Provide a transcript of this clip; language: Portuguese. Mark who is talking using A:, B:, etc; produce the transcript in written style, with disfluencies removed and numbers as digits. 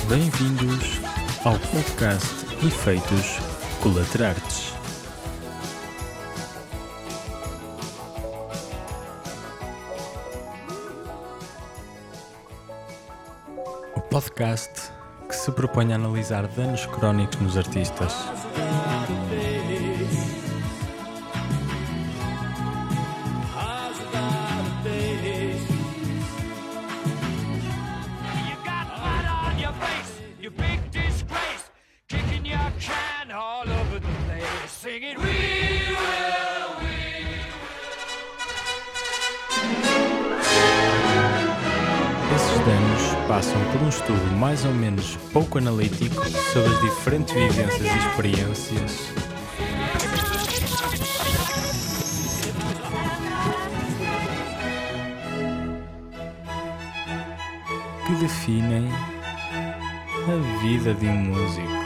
A: Bem-vindos ao podcast Efeitos Colaterais. O podcast que se propõe a analisar danos crónicos nos artistas. Esses danos passam por um estudo mais ou menos pouco analítico sobre as diferentes vivências e experiências que definem a vida de um músico.